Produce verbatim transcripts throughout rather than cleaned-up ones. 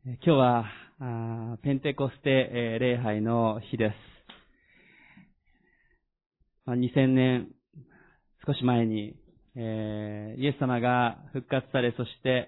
今日はあペンテコステ、えー、礼拝の日です。まあ、にせんねん少し前に、えー、イエス様が復活され、そして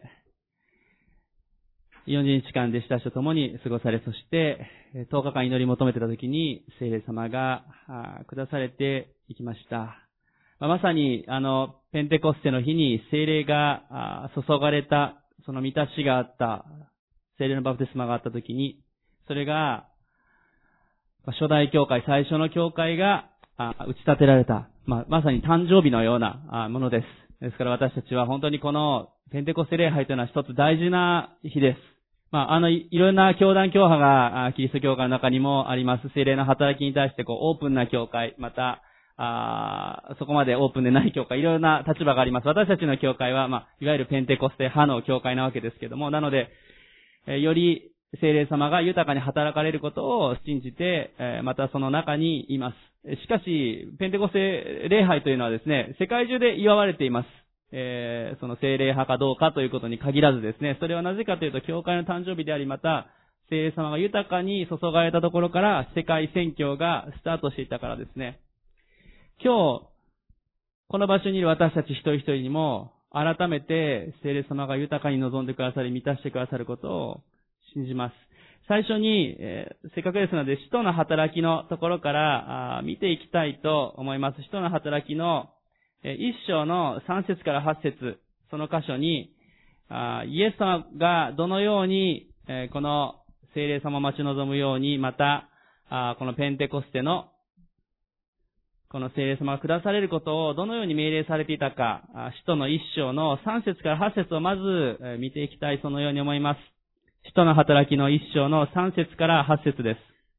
よんじゅうにちかん弟子たちと共に過ごされ、そしてとおかかん祈り求めてた時に聖霊様が下されていきました。まあ、まさにあのペンテコステの日に聖霊が注がれた、その満たしがあった、聖霊のバプテスマがあったときに、それが、初代教会、最初の教会が打ち立てられた、まあ、まさに誕生日のようなものです。ですから私たちは本当にこのペンテコステ礼拝というのは一つ大事な日です。まあ、あの、いろんな教団教派がキリスト教会の中にもあります。聖霊の働きに対してこうオープンな教会、また、あそこまでオープンでない教会、いろいろな立場があります。私たちの教会は、まあ、いわゆるペンテコステ派の教会なわけですけども、なので、より聖霊様が豊かに働かれることを信じて、またその中にいます。しかし、ペンテコステ礼拝というのはですね、世界中で祝われています。えー、その聖霊派かどうかということに限らずですね、それはなぜかというと、教会の誕生日であり、また、聖霊様が豊かに注がれたところから世界宣教がスタートしていたからですね。今日、この場所にいる私たち一人一人にも、改めて聖霊様が豊かに望んでくださり、満たしてくださることを信じます。最初に、えー、せっかくですので、使徒の働きのところからあ見ていきたいと思います。使徒の働きの、えー、一章の三節から八節、その箇所に、あイエス様がどのように、えー、この聖霊様を待ち望むように、また、あこのペンテコステのこの聖霊様が下されることをどのように命令されていたか、使徒の一章の三節から八節をまず見ていきたい、そのように思います。使徒の働きの一章の三節から八節です。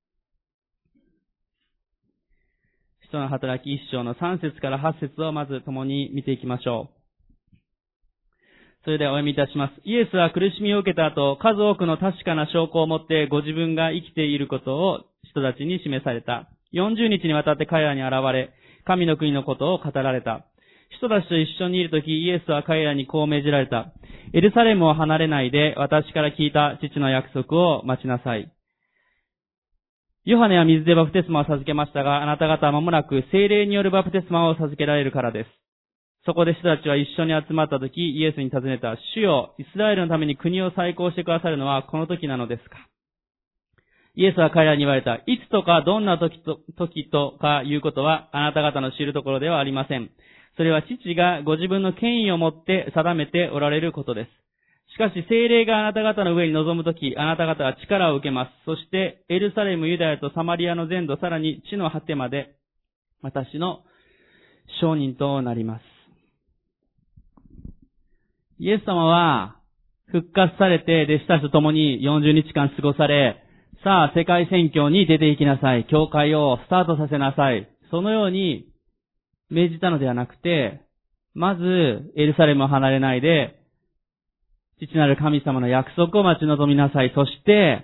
使徒の働き一章の三節から八節をまず共に見ていきましょう。それではお読みいたします。イエスは苦しみを受けた後、数多くの確かな証拠を持ってご自分が生きていることを人たちに示された。よんじゅうにちにわたって彼らに現れ、神の国のことを語られた。人たちと一緒にいるとき、イエスは彼らにこう命じられた。エルサレムを離れないで、私から聞いた父の約束を待ちなさい。ヨハネは水でバプテスマを授けましたが、あなた方は間もなく聖霊によるバプテスマを授けられるからです。そこで人たちは一緒に集まったとき、イエスに尋ねた。主よ、イスラエルのために国を再興してくださるのはこの時なのですか？イエスは彼らに言われた。いつとかどんな時と、時とかいうことはあなた方の知るところではありません。それは父がご自分の権威をもって定めておられることです。しかし聖霊があなた方の上に臨むとき、あなた方は力を受けます。そしてエルサレム、ユダヤとサマリアの全土、さらに地の果てまで私の証人となります。イエス様は復活されて弟子たちと共によんじゅうにちかん過ごされ、さあ、世界宣教に出て行きなさい。教会をスタートさせなさい。そのように命じたのではなくて、まず、エルサレムを離れないで、父なる神様の約束を待ち望みなさい。そして、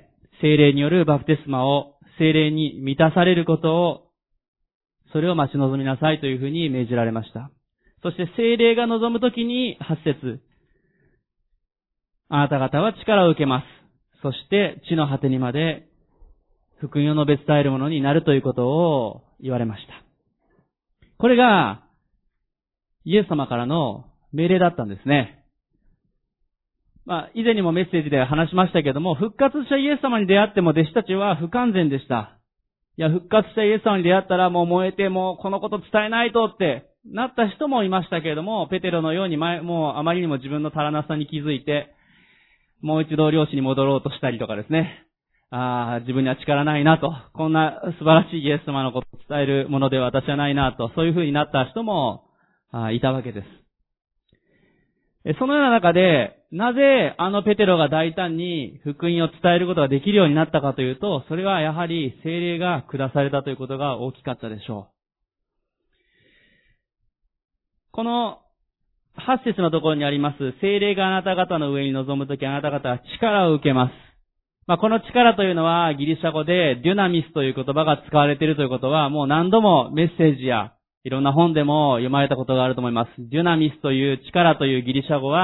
聖霊によるバプテスマを、聖霊に満たされることを、それを待ち望みなさいというふうに命じられました。そして、聖霊が望むときに、八節。あなた方は力を受けます。そして、地の果てにまで、福音を述べ伝えるものになるということを言われました。これが、イエス様からの命令だったんですね。まあ、以前にもメッセージで話しましたけども、復活したイエス様に出会っても弟子たちは不完全でした。いや、復活したイエス様に出会ったらもう燃えて、もうこのこと伝えないとってなった人もいましたけれども、ペテロのように前、もうあまりにも自分の足らなさに気づいて、もう一度漁師に戻ろうとしたりとかですね。ああ、自分には力ないなと。こんな素晴らしいイエス様のことを伝えるものでは私はないなと。そういう風になった人もあいたわけです。そのような中で、なぜあのペテロが大胆に福音を伝えることができるようになったかというと、それはやはり聖霊が下されたということが大きかったでしょう。この八節のところにあります、聖霊があなた方の上に臨むときあなた方は力を受けます。まあ、この力というのはギリシャ語でデュナミスという言葉が使われているということはもう何度もメッセージやいろんな本でも読まれたことがあると思います。デュナミスという力というギリシャ語は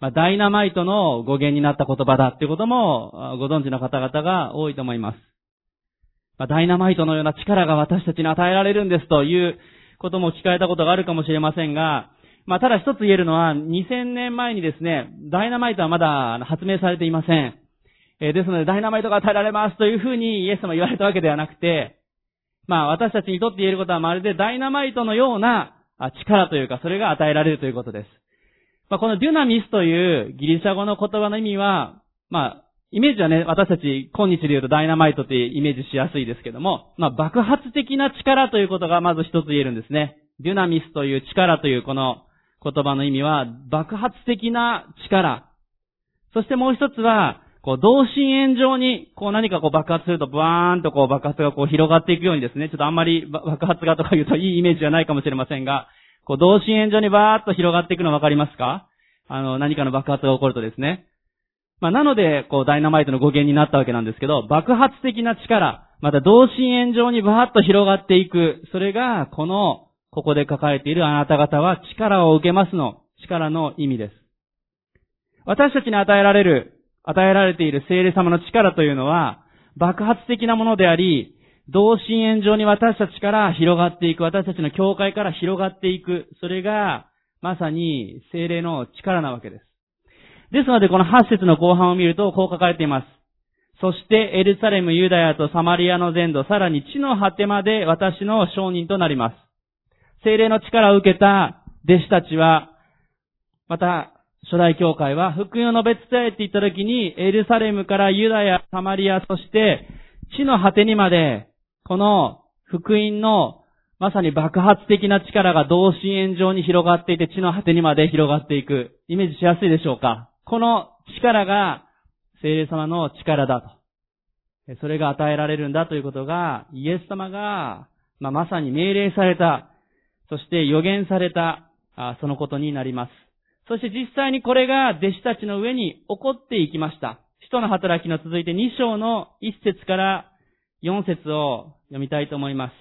まあ、ダイナマイトの語源になった言葉だっていうこともご存知の方々が多いと思います。まあ、ダイナマイトのような力が私たちに与えられるんですということも聞かれたことがあるかもしれませんが、まあ、ただ一つ言えるのは、にせんねんまえにですね、ダイナマイトはまだ発明されていません。えー、ですので、ダイナマイトが与えられますというふうにイエス様言われたわけではなくて、まあ、私たちにとって言えることはまるでダイナマイトのような力というか、それが与えられるということです。まあ、このデュナミスというギリシャ語の言葉の意味は、まあ、イメージはね、私たち今日で言うとダイナマイトってイメージしやすいですけども、まあ、爆発的な力ということがまず一つ言えるんですね。デュナミスという力というこの言葉の意味は、爆発的な力。そしてもう一つは、こう、同心円状に、こう何かこう爆発すると、ブワーンとこう爆発がこう広がっていくようにですね、ちょっとあんまり爆発がとか言うといいイメージじゃないかもしれませんが、こう、同心円状にバーッと広がっていくのわかりますか？あの、何かの爆発が起こるとですね。まあ、なので、こう、ダイナマイトの語源になったわけなんですけど、爆発的な力、また同心円状にバーッと広がっていく、それが、この、ここで書かれているあなた方は力を受けますの、力の意味です。私たちに与えられる、与えられている聖霊様の力というのは、爆発的なものであり、同心円状に私たちから広がっていく、私たちの教会から広がっていく、それが、まさに聖霊の力なわけです。ですので、このはち節の後半を見ると、こう書かれています。そして、エルサレム、ユダヤとサマリアの全土、さらに地の果てまで私の証人となります。聖霊の力を受けた弟子たちは、また、初代教会は、福音を述べ伝えていったときに、エルサレムからユダヤ、サマリア、そして、地の果てにまで、この福音の、まさに爆発的な力が同心円状に広がっていて、地の果てにまで広がっていく。イメージしやすいでしょうか？この力が、聖霊様の力だと。それが与えられるんだということが、イエス様が、まあ、まさに命令された、そして予言された、あそのことになります。そして実際にこれが弟子たちの上に起こっていきました。使徒の働きの続いてに章のいち節からよん節を読みたいと思います。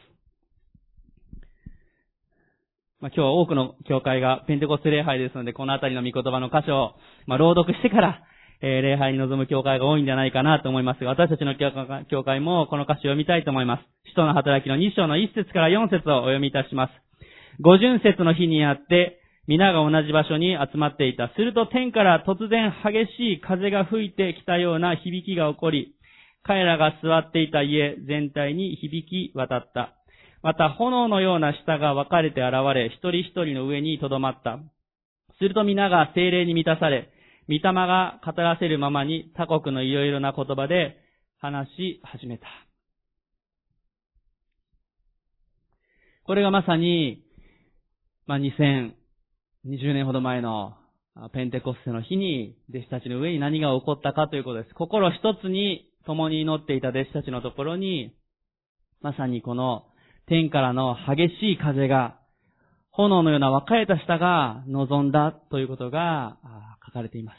まあ、今日は多くの教会がペンテコステ礼拝ですので、このあたりの御言葉の箇所を、まあ、朗読してから、えー、礼拝に臨む教会が多いんじゃないかなと思いますが、私たちの教会もこの歌詞を読みたいと思います。使徒の働きのに章のいち節からよん節をお読みいたします。五巡節の日にあって、皆が同じ場所に集まっていた。すると天から突然激しい風が吹いてきたような響きが起こり、彼らが座っていた家全体に響き渡った。また炎のような舌が分かれて現れ、一人一人の上に留まった。すると皆が聖霊に満たされ、御霊が語らせるままに他国のいろいろな言葉で話し始めた。これがまさに、まあ、にせんにじゅうねんほど前のペンテコステの日に弟子たちの上に何が起こったかということです。心一つに共に祈っていた弟子たちのところに、まさにこの天からの激しい風が、炎のような分かれた舌が望んだということが書かれています。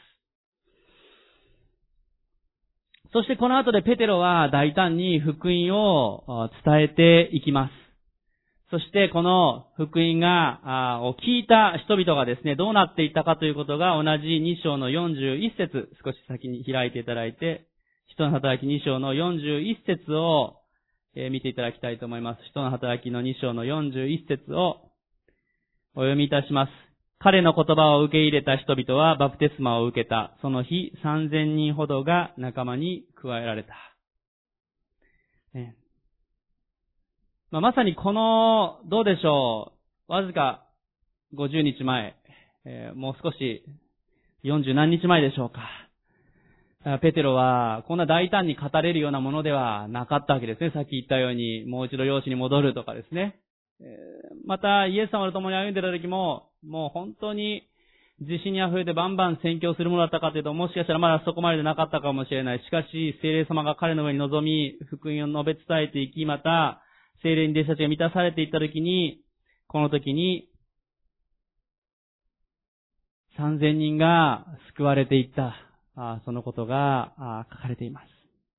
そしてこの後でペテロは大胆に福音を伝えていきます。そしてこの福音が、を聞いた人々がですね、どうなっていったかということが同じに章のよんじゅういち節、少し先に開いていただいて、使徒の働きに章のよんじゅういち節を見ていただきたいと思います。使徒の働きのに章のよんじゅういち節をお読みいたします。彼の言葉を受け入れた人々はバプテスマを受けた。その日さんぜんにんほどが仲間に加えられた。ねまあ、まさにこの、どうでしょう、わずかごじゅうにちまえ、えー、もう少しよんじゅう何日前でしょうか。ペテロはこんな大胆に語れるようなものではなかったわけですね。さっき言ったように、もう一度養子に戻るとかですね。また、イエス様と共に歩んでいた時も、もう本当に自信に溢れてバンバン宣教するものだったかというと、もしかしたらまだそこまででなかったかもしれない。しかし、聖霊様が彼の上に臨み、福音を述べ伝えていき、また、聖霊に弟子たちが満たされていった時に、この時に、さんぜんにんが救われていった、あそのことが書かれています。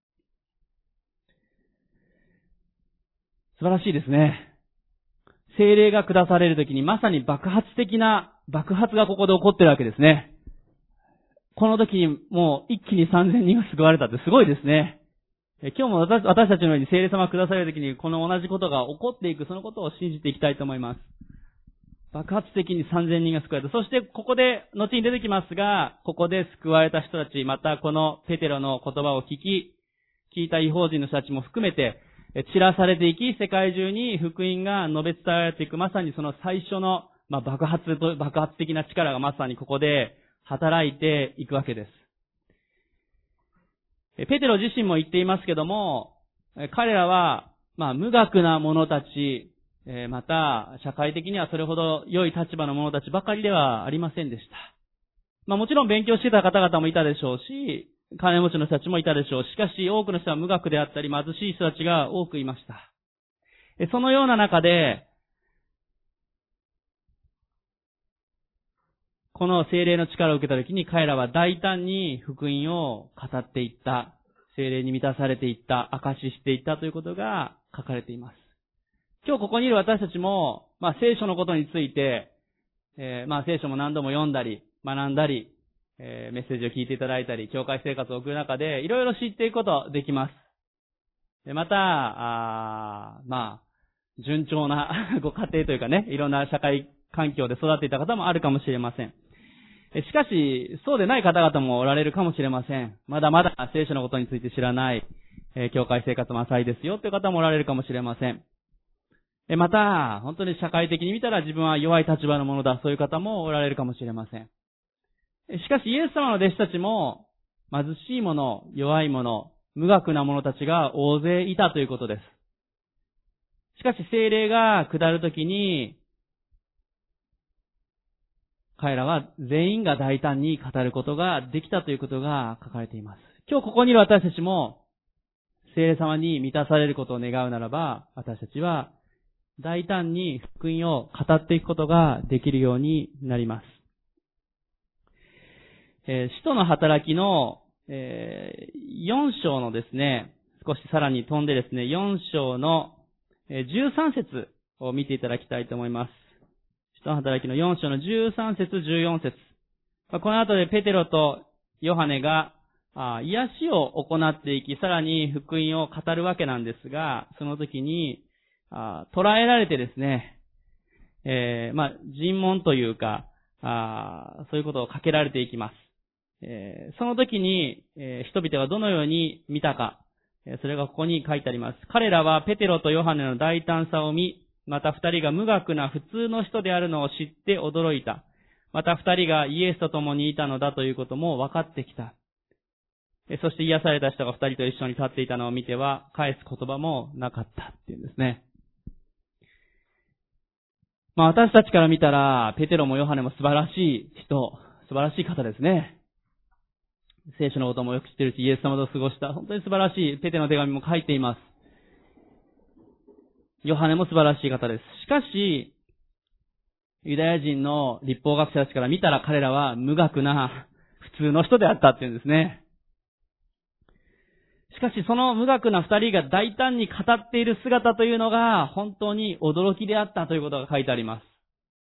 素晴らしいですね。聖霊が下されるときにまさに爆発的な爆発がここで起こっているわけですね。 この時にもう一気にさんぜんにんが救われたってすごいですね。今日も私, 私たちのように聖霊様がくだされる時にこの同じことが起こっていく、そのことを信じていきたいと思います。爆発的にさんぜんにんが救われた。そしてここで、後に出てきますが、ここで救われた人たち、またこのペテロの言葉を聞き、聞いた異邦人の人たちも含めて、散らされていき、世界中に福音が述べ伝えられていく、まさにその最初の、まあ、爆発と、爆発的な力がまさにここで働いていくわけです。ペテロ自身も言っていますけども、彼らは、まあ、無学な者たち、また、社会的にはそれほど良い立場の者たちばかりではありませんでした。まあ、もちろん勉強していた方々もいたでしょうし、金持ちの人たちもいたでしょう。しかし、多くの人は無学であったり、貧しい人たちが多くいました。そのような中で、この聖霊の力を受けたときに彼らは大胆に福音を語っていった、聖霊に満たされていった、証ししていったということが書かれています。今日ここにいる私たちも、まあ聖書のことについて、えー、まあ聖書も何度も読んだり、学んだり、えー、メッセージを聞いていただいたり、教会生活を送る中で、いろいろ知っていくことできます。また、あまあ、順調なご家庭というかね、いろんな社会環境で育っていた方もあるかもしれません。しかし、そうでない方々もおられるかもしれません。まだまだ聖書のことについて知らない、えー、教会生活も浅いですよという方もおられるかもしれません。また、本当に社会的に見たら自分は弱い立場のものだ、そういう方もおられるかもしれません。しかし、イエス様の弟子たちも、貧しい者、弱い者、無学な者たちが大勢いたということです。しかし、聖霊が下るときに、彼らは全員が大胆に語ることができたということが書かれています。今日ここにいる私たちも、聖霊様に満たされることを願うならば、私たちは大胆に福音を語っていくことができるようになります。えー、使徒の働きの、えー、よん章のですね、少しさらに飛んでですね、よん章のじゅうさん節を見ていただきたいと思います。使徒の働きのよん章のじゅうさん節、じゅうよん節。この後でペテロとヨハネが癒しを行っていき、さらに福音を語るわけなんですが、その時に捕らえられてですね、えー、まあ、尋問というか、あそういうことをかけられていきます。えー、その時に、えー、人々がどのように見たか、えー、それがここに書いてあります。彼らはペテロとヨハネの大胆さを見、また二人が無学な普通の人であるのを知って驚いた。また二人がイエスと共にいたのだということも分かってきた。えー、そして癒された人が二人と一緒に立っていたのを見ては、返す言葉もなかったっていうんですね。まあ私たちから見たら、ペテロもヨハネも素晴らしい人、素晴らしい方ですね。聖書のこともよく知ってるし、イエス様と過ごした、本当に素晴らしい、ペテロの手紙も書いています。ヨハネも素晴らしい方です。しかし、ユダヤ人の律法学者たちから見たら彼らは無学な普通の人であったっていうんですね。しかしその無学な二人が大胆に語っている姿というのが本当に驚きであったということが書いてあります。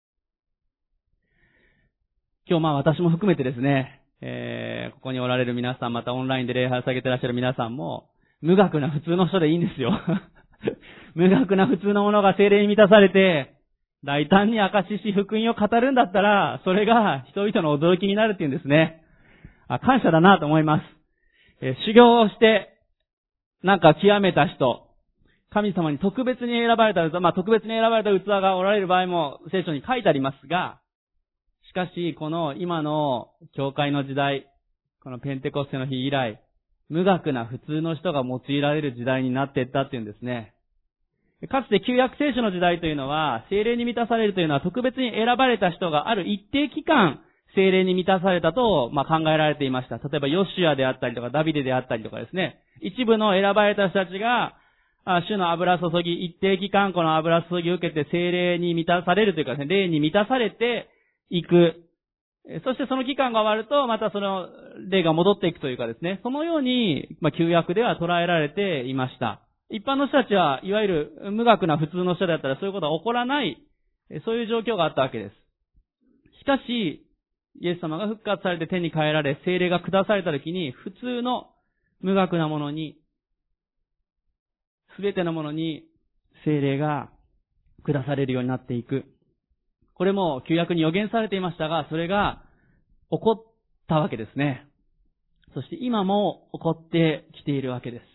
今日まあ私も含めてですね、えー、ここにおられる皆さん、またオンラインで礼拝を下げていらっしゃる皆さんも、無学な普通の人でいいんですよ。無学な普通の者が聖霊に満たされて、大胆に証しし福音を語るんだったら、それが人々の驚きになるっていうんですね。あ、感謝だなと思います。えー、修行をして、なんか極めた人、神様に特別に選ばれた、まあ特別に選ばれた器がおられる場合も聖書に書いてありますが、しかし、この今の教会の時代、このペンテコステの日以来、無学な普通の人が用いられる時代になっていったっていうんですね。かつて旧約聖書の時代というのは、聖霊に満たされるというのは特別に選ばれた人がある一定期間、聖霊に満たされたと、まあ、考えられていました。例えば、ヨシュアであったりとか、ダビデであったりとかですね。一部の選ばれた人たちが、主の油注ぎ、一定期間この油注ぎを受けて聖霊に満たされるというかですね、霊に満たされて、行く。そしてその期間が終わると、またその霊が戻っていくというかですね、そのように、まあ、旧約では捉えられていました。一般の人たちは、いわゆる無学な普通の人だったらそういうことは起こらない、そういう状況があったわけです。しかし、 イエス様が復活されて天に帰られ、聖霊が下されたときに、普通の無学なものに、すべてのものに聖霊が下されるようになっていく。これも旧約に予言されていましたが、それが起こったわけですね。そして今も起こってきているわけです。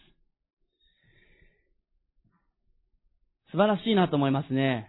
素晴らしいなと思いますね。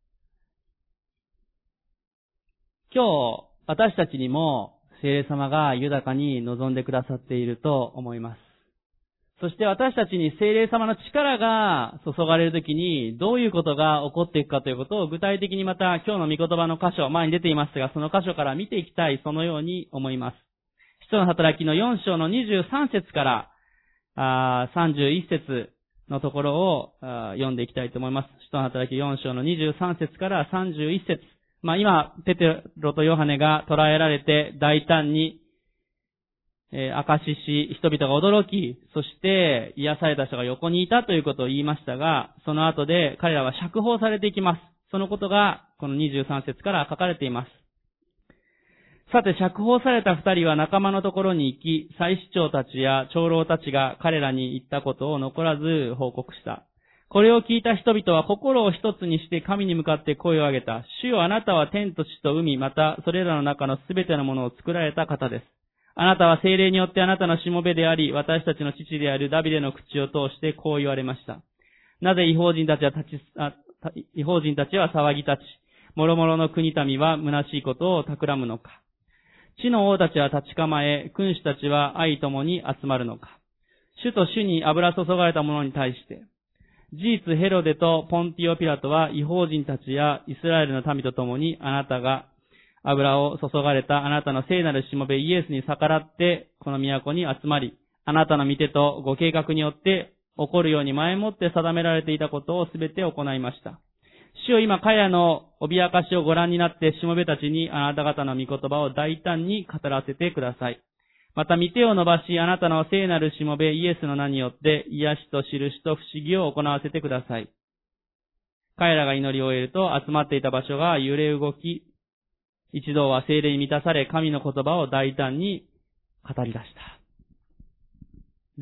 今日、私たちにも聖霊様が豊かに望んでくださっていると思います。そして私たちに聖霊様の力が注がれるときにどういうことが起こっていくかということを具体的にまた今日の御言葉の箇所、前に出ていますが、その箇所から見ていきたい、そのように思います。使徒の働きのよん章のにじゅうさん節からあさんじゅういち節のところを読んでいきたいと思います。使徒の働きよん章のにじゅうさん節からさんじゅういち節。まあ今、ペテロとヨハネが捕らえられて大胆にえー、証しし、人々が驚き、そして癒された人が横にいたということを言いましたが、その後で彼らは釈放されていきます。そのことがこのにじゅうさん節から書かれています。さて、釈放された二人は仲間のところに行き、祭司長たちや長老たちが彼らに言ったことを残らず報告した。これを聞いた人々は心を一つにして神に向かって声を上げた。主よ、あなたは天と地と海、またそれらの中のすべてのものを作られた方です。あなたは聖霊によってあなたのしもべであり、私たちの父であるダビデの口を通してこう言われました。なぜ異邦人たちは立ち、あ異邦人たちは騒ぎ立ち、諸々の国民は虚しいことを企むのか。地の王たちは立ち構え、君主たちは愛ともに集まるのか。主と主に油注がれた者に対して、事実ヘロデとポンティオピラトは異邦人たちやイスラエルの民と共にあなたが油を注がれたあなたの聖なるしもべイエスに逆らって、この都に集まり、あなたの御手とご計画によって起こるように前もって定められていたことをすべて行いました。主よ、今彼らの脅かしをご覧になってしもべたちにあなた方の御言葉を大胆に語らせてください。また御手を伸ばし、あなたの聖なるしもべイエスの名によって癒しと印と不思議を行わせてください。彼らが祈りを終えると集まっていた場所が揺れ動き、一同は聖霊に満たされ、神の言葉を大胆に語り出した。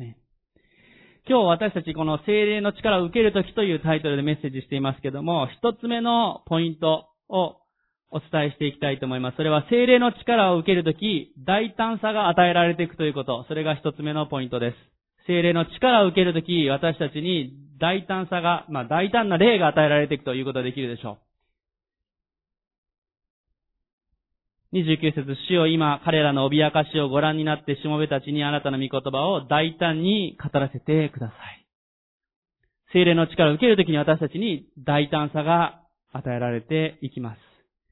ね。今日私たちこの聖霊の力を受けるときというタイトルでメッセージしていますけども、一つ目のポイントをお伝えしていきたいと思います。それは聖霊の力を受けるとき、大胆さが与えられていくということ。それが一つ目のポイントです。聖霊の力を受けるとき、私たちに大胆さが、まあ大胆な霊が与えられていくということができるでしょう。にじゅうきゅう節、主よ今彼らの脅かしをご覧になってしもべたちにあなたの御言葉を大胆に語らせてください。聖霊の力を受けるときに私たちに大胆さが与えられていきます。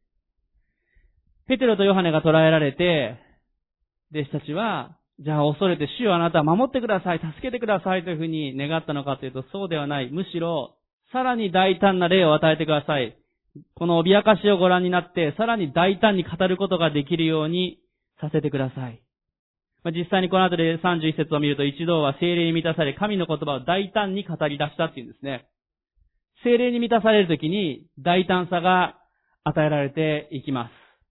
ペテロとヨハネが捕らえられて、弟子たちは、じゃあ恐れて主よあなたは守ってください、助けてくださいというふうに願ったのかというとそうではない。むしろ、さらに大胆な霊を与えてください。この脅かしをご覧になって、さらに大胆に語ることができるようにさせてください。実際にこの後でさんじゅういち節を見ると、一同は聖霊に満たされ、神の言葉を大胆に語り出したっていうんですね。聖霊に満たされるときに、大胆さが与えられていきます。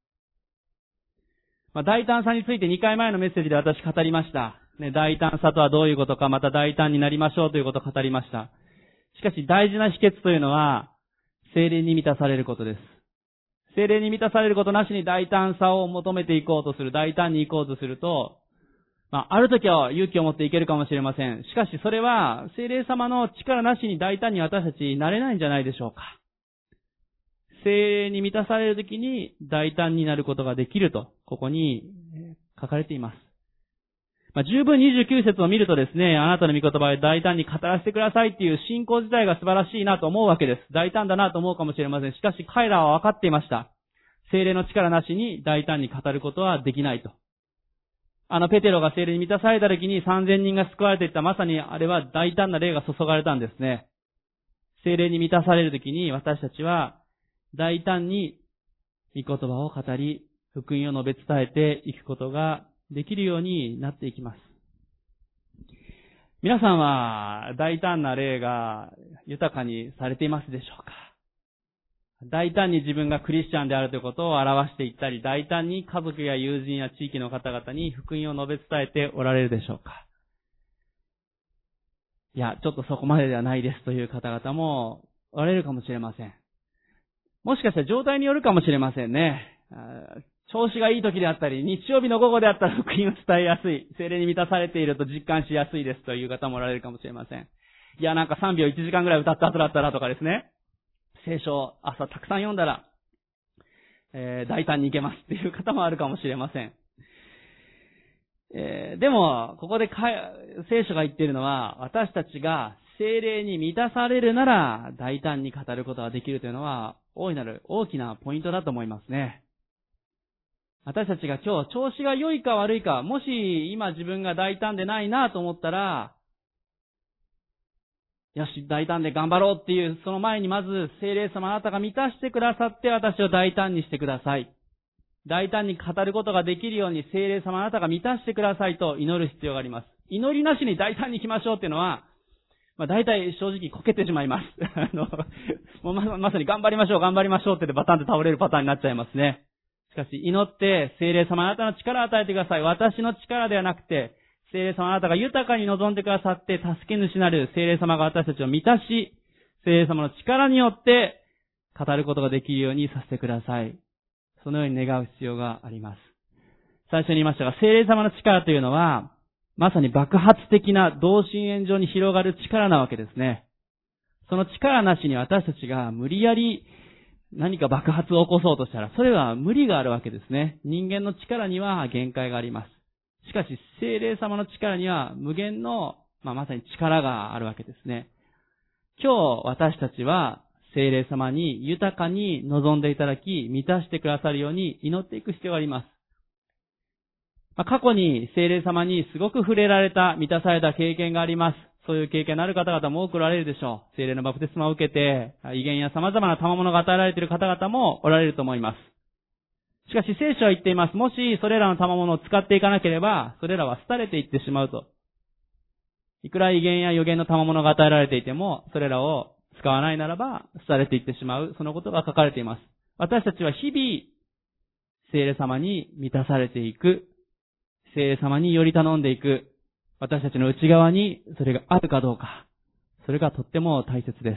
まあ、大胆さについてにかいまえのメッセージで私語りました。ね、大胆さとはどういうことか、また大胆になりましょうということを語りました。しかし大事な秘訣というのは、聖霊に満たされることです。聖霊に満たされることなしに大胆さを求めていこうとする、大胆に行こうとすると、まあ、ある時は勇気を持っていけるかもしれません。しかしそれは聖霊様の力なしに大胆に私たちなれないんじゃないでしょうか。聖霊に満たされるときに大胆になることができると、ここに書かれています。まあ、十分にじゅうきゅう節を見るとですね、あなたの御言葉を大胆に語らせてくださいっていう信仰自体が素晴らしいなと思うわけです。大胆だなと思うかもしれません。しかし彼らは分かっていました。聖霊の力なしに大胆に語ることはできないと。あのペテロが聖霊に満たされた時にさんぜんにんが救われていった、まさにあれは大胆な霊が注がれたんですね。聖霊に満たされる時に私たちは大胆に御言葉を語り、福音を述べ伝えていくことができるようになっていきます。皆さんは大胆な霊が豊かにされていますでしょうか？ 大胆に自分がクリスチャンであるということを表していったり、大胆に家族や友人や地域の方々に福音を述べ伝えておられるでしょうか。いや、ちょっとそこまでではないですという方々もおられるかもしれません。もしかしたら状態によるかもしれませんね。調子がいい時であったり、日曜日の午後であったら福音を伝えやすい、聖霊に満たされていると実感しやすいですという方もおられるかもしれません。いや、なんかさんびょういちじかんぐらい歌った後だったらとかですね。聖書を朝たくさん読んだら、えー、大胆に行けますっていう方もあるかもしれません。えー、でも、ここでか聖書が言っているのは、私たちが聖霊に満たされるなら大胆に語ることができるというのは、大いなる大きなポイントだと思いますね。私たちが今日調子が良いか悪いか、もし今自分が大胆でないなと思ったら、よし、大胆で頑張ろうっていう、その前にまず聖霊様あなたが満たしてくださって私を大胆にしてください。大胆に語ることができるように聖霊様あなたが満たしてくださいと祈る必要があります。祈りなしに大胆に行きましょうっていうのは、まあ大体正直こけてしまいます。あの、もう ま, まさに頑張りましょう、頑張りましょうってでバタンって倒れるパターンになっちゃいますね。しかし祈って聖霊様あなたの力を与えてください。私の力ではなくて、聖霊様あなたが豊かに望んでくださって助け主なる聖霊様が私たちを満たし、聖霊様の力によって語ることができるようにさせてください。そのように願う必要があります。最初に言いましたが、聖霊様の力というのは、まさに爆発的な同心円状に広がる力なわけですね。その力なしに私たちが無理やり何か爆発を起こそうとしたら、それは無理があるわけですね。人間の力には限界があります。しかし、聖霊様の力には無限の、まあ、まさに力があるわけですね。今日私たちは聖霊様に豊かに望んでいただき、満たしてくださるように祈っていく必要があります。まあ、過去に聖霊様にすごく触れられた、満たされた経験があります。そういう経験のある方々も多くおられるでしょう。聖霊のバプテスマを受けて、異言や様々な賜物が与えられている方々もおられると思います。しかし聖書は言っています。もしそれらの賜物を使っていかなければ、それらは廃れていってしまうと。いくら異言や予言の賜物が与えられていても、それらを使わないならば、廃れていってしまう。そのことが書かれています。私たちは日々、聖霊様に満たされていく。聖霊様により頼んでいく。私たちの内側にそれがあるかどうか。それがとっても大切です。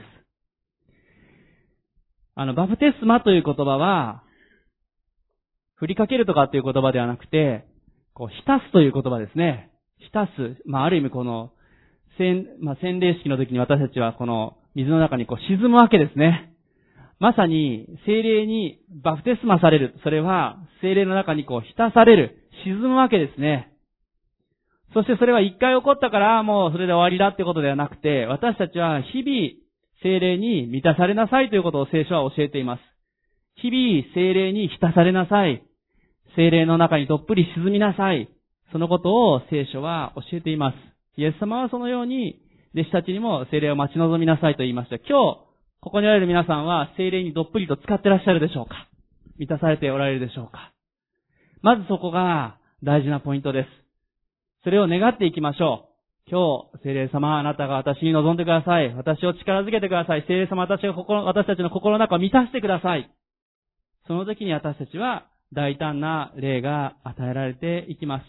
あの、バプテスマという言葉は、振りかけるとかっていう言葉ではなくて、こう、浸すという言葉ですね。浸す。まあ、ある意味この、洗、まあ、洗礼式の時に私たちはこの水の中にこう沈むわけですね。まさに、聖霊にバプテスマされる。それは、聖霊の中にこう浸される。沈むわけですね。そしてそれは一回起こったからもうそれで終わりだってことではなくて、私たちは日々聖霊に満たされなさいということを聖書は教えています。日々聖霊に浸されなさい。聖霊の中にどっぷり沈みなさい。そのことを聖書は教えています。イエス様はそのように弟子たちにも聖霊を待ち望みなさいと言いました。今日、ここにおられる皆さんは聖霊にどっぷりと使ってらっしゃるでしょうか？満たされておられるでしょうか？まずそこが大事なポイントです。それを願っていきましょう。今日、聖霊様、あなたが私に望んでください。私を力づけてください。聖霊様、私が心、私たちの心の中を満たしてください。その時に私たちは大胆な霊が与えられていきます。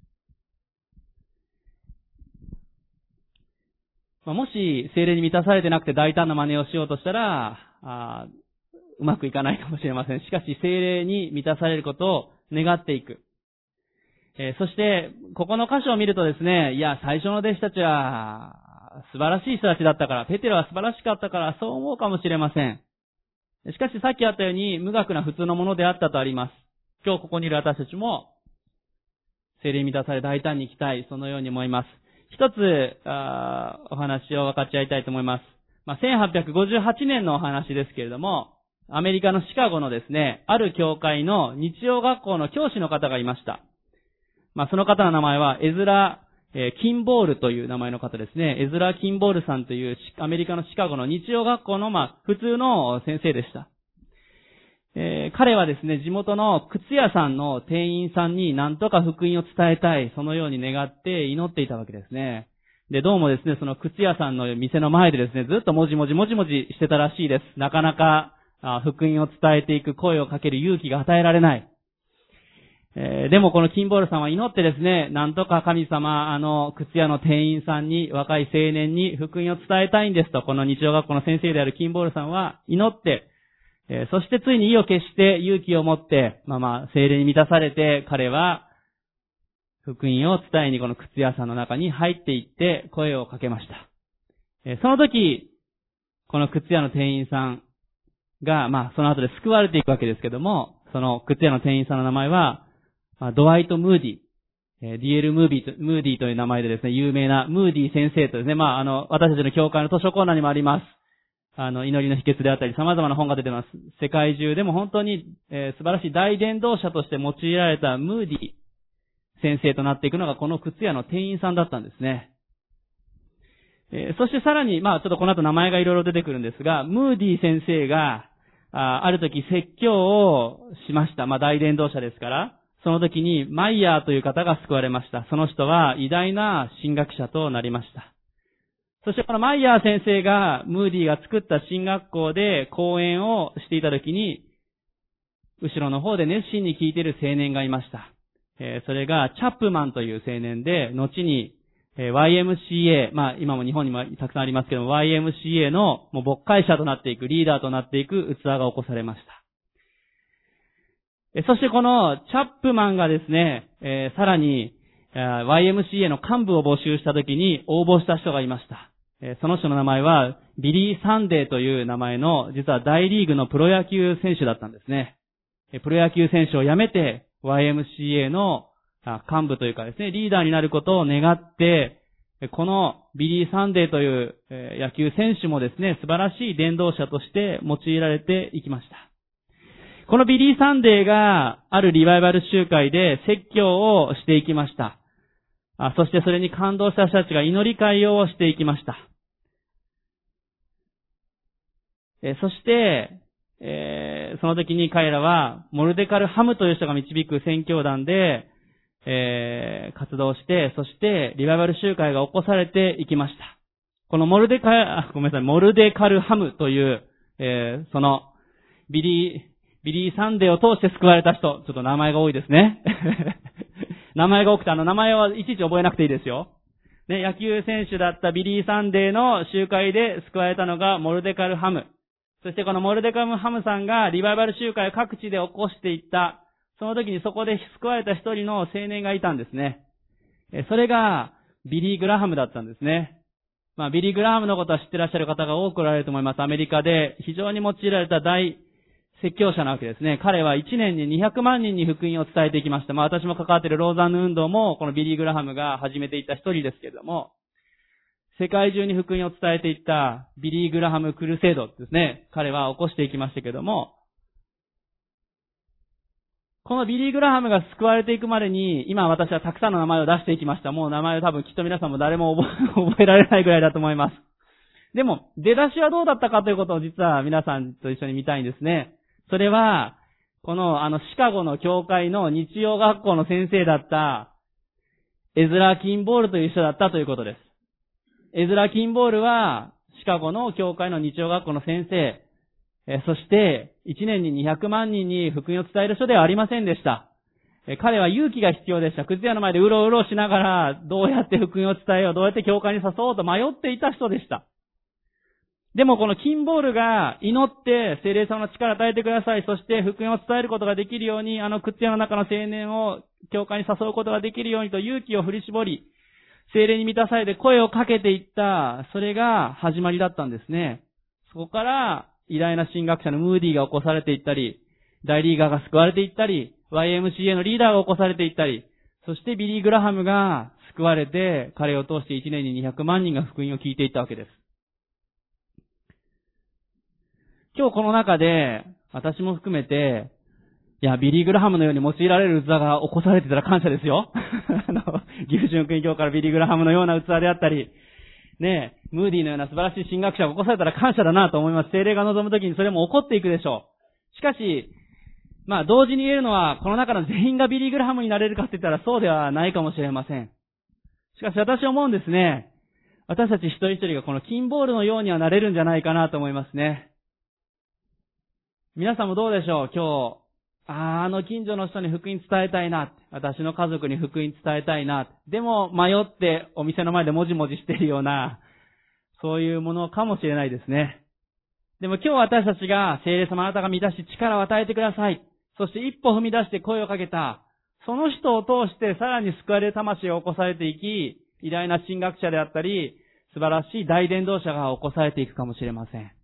まあ、もし聖霊に満たされてなくて大胆な真似をしようとしたら、あうまくいかないかもしれません。しかし聖霊に満たされることを願っていく。えー、そして、ここの箇所を見るとですね、いや、最初の弟子たちは素晴らしい人たちだったから、ペテロは素晴らしかったから、そう思うかもしれません。しかしさっきあったように、無学な普通のものであったとあります。今日ここにいる私たちも、聖霊に満たされ大胆に行きたい、そのように思います。一つ、あお話を分かち合いたいと思います。まあ、せんはっぴゃくごじゅうはちねんのお話ですけれども、アメリカのシカゴのですね、ある教会の日曜学校の教師の方がいました。まあ、その方の名前は、エズラ、えー、キンボールという名前の方ですね。エズラ・キンボールさんというアメリカのシカゴの日曜学校の、まあ、普通の先生でした。えー、彼はですね、地元の靴屋さんの店員さんに何とか福音を伝えたい、そのように願って祈っていたわけですね。で、どうもですね、その靴屋さんの店の前でですね、ずっともじもじもじもじしてたらしいです。なかなか、 福音を伝えていく、声をかける勇気が与えられない。えー、でもこのキンボールさんは祈ってですね、なんとか神様、あの、靴屋の店員さんに、若い青年に福音を伝えたいんですと、この日曜学校の先生であるキンボールさんは祈って、えー、そしてついに意を決して勇気を持って、まあまあ、精霊に満たされて、彼は、福音を伝えにこの靴屋さんの中に入っていって声をかけました。えー、その時、この靴屋の店員さんが、まあ、その後で救われていくわけですけども、その靴屋の店員さんの名前は、ドワイト・ムーディ、えー、ディエル・ムービーと、ムーディという名前でですね、有名なムーディ先生とですね、まあ、あの、私たちの教会の図書コーナーにもあります。あの、祈りの秘訣であったり、様々な本が出てます。世界中でも本当に、えー、素晴らしい大伝道者として用いられたムーディ先生となっていくのがこの靴屋の店員さんだったんですね。えー、そしてさらに、まあ、ちょっとこの後名前がいろいろ出てくるんですが、ムーディ先生が、あ, ある時説教をしました。まあ、大伝道者ですから。その時にマイヤーという方が救われました。その人は偉大な神学者となりました。そしてこのマイヤー先生がムーディが作った神学校で講演をしていた時に、後ろの方で熱心に聞いている青年がいました。えー、それがチャップマンという青年で、後に ワイエムシーエー、まあ今も日本にもたくさんありますけども、ワイエムシーエー のもう牧会者となっていく、リーダーとなっていく器が起こされました。そしてこのチャップマンがですね、えー、さらに ワイエムシーエー の幹部を募集したときに応募した人がいました。えー、その人の名前はビリー・サンデーという名前の実は大リーグのプロ野球選手だったんですね。プロ野球選手を辞めて ワイエムシーエー の幹部というかですね、リーダーになることを願って、このビリー・サンデーという野球選手もですね、素晴らしい伝道者として用いられていきました。このビリー・サンデーがあるリバイバル集会で説教をしていきました。あそしてそれに感動した人たちが祈り会をしていきました。えそして、えー、その時に彼らはモルデカル・ハムという人が導く宣教団で、えー、活動して、そしてリバイバル集会が起こされていきました。このモルデカル、あごめんなさい、モルデカル・ハムという、えー、そのビリー、ビリー・サンデーを通して救われた人、ちょっと名前が多いですね。名前が多くて、あの名前はいちいち覚えなくていいですよ。ね、野球選手だったビリー・サンデーの集会で救われたのがモルデカル・ハム。そしてこのモルデカル・ハムさんがリバイバル集会を各地で起こしていった。その時にそこで救われた一人の青年がいたんですね。それがビリー・グラハムだったんですね。まあ、ビリー・グラハムのことは知ってらっしゃる方が多くおられると思います。アメリカで非常に用いられた大説教者なわけですね。彼はいちねんににひゃくまんにんに福音を伝えていきました。まあ私も関わっているローザンヌ運動もこのビリー・グラハムが始めていった一人ですけれども、世界中に福音を伝えていったビリー・グラハム・クルセードですね。彼は起こしていきましたけれども、このビリー・グラハムが救われていくまでに、今私はたくさんの名前を出していきました。もう名前を多分きっと皆さんも誰も覚えられないぐらいだと思います。でも、出だしはどうだったかということを実は皆さんと一緒に見たいんですね。それは、この、あの、シカゴの教会の日曜学校の先生だった、エズラ・キンボールという人だったということです。エズラ・キンボールは、シカゴの教会の日曜学校の先生、えそして、いちねんににひゃくまんにんに福音を伝える人ではありませんでした。え彼は勇気が必要でした。靴屋の前でうろうろしながら、どうやって福音を伝えよう、どうやって教会に誘おうと迷っていた人でした。でもこのキンボールが祈って聖霊様の力を与えてください。そして福音を伝えることができるように、あの靴屋の中の青年を教会に誘うことができるようにと勇気を振り絞り、聖霊に満たされて声をかけていった、それが始まりだったんですね。そこから偉大な神学者のムーディが起こされていったり、大リーガーが救われていったり、ワイエムシーエー のリーダーが起こされていったり、そしてビリー・グラハムが救われて、彼を通していちねんににひゃくまんにんが福音を聞いていったわけです。今日この中で、私も含めて、いや、ビリー・グラハムのように用いられる器が起こされてたら感謝ですよ。あの、岐阜純国教からビリー・グラハムのような器であったり、ねえ、ムーディのような素晴らしい神学者が起こされたら感謝だなと思います。聖霊が望むときにそれも起こっていくでしょう。しかし、まあ同時に言えるのは、この中の全員がビリー・グラハムになれるかって言ったらそうではないかもしれません。しかし私は思うんですね。私たち一人一人がこのキンボールのようにはなれるんじゃないかなと思いますね。 皆さんもどうでしょう？今日、あ, あの近所の人に福音伝えたいな。私の家族に福音伝えたいな。でも迷ってお店の前でもじもじしているような、そういうものかもしれないですね。でも今日私たちが聖霊様あなたが満たし力を与えてください。そして一歩踏み出して声をかけた。その人を通してさらに救われる魂が起こされていき、偉大な神学者であったり、素晴らしい大伝道者が起こされていくかもしれません。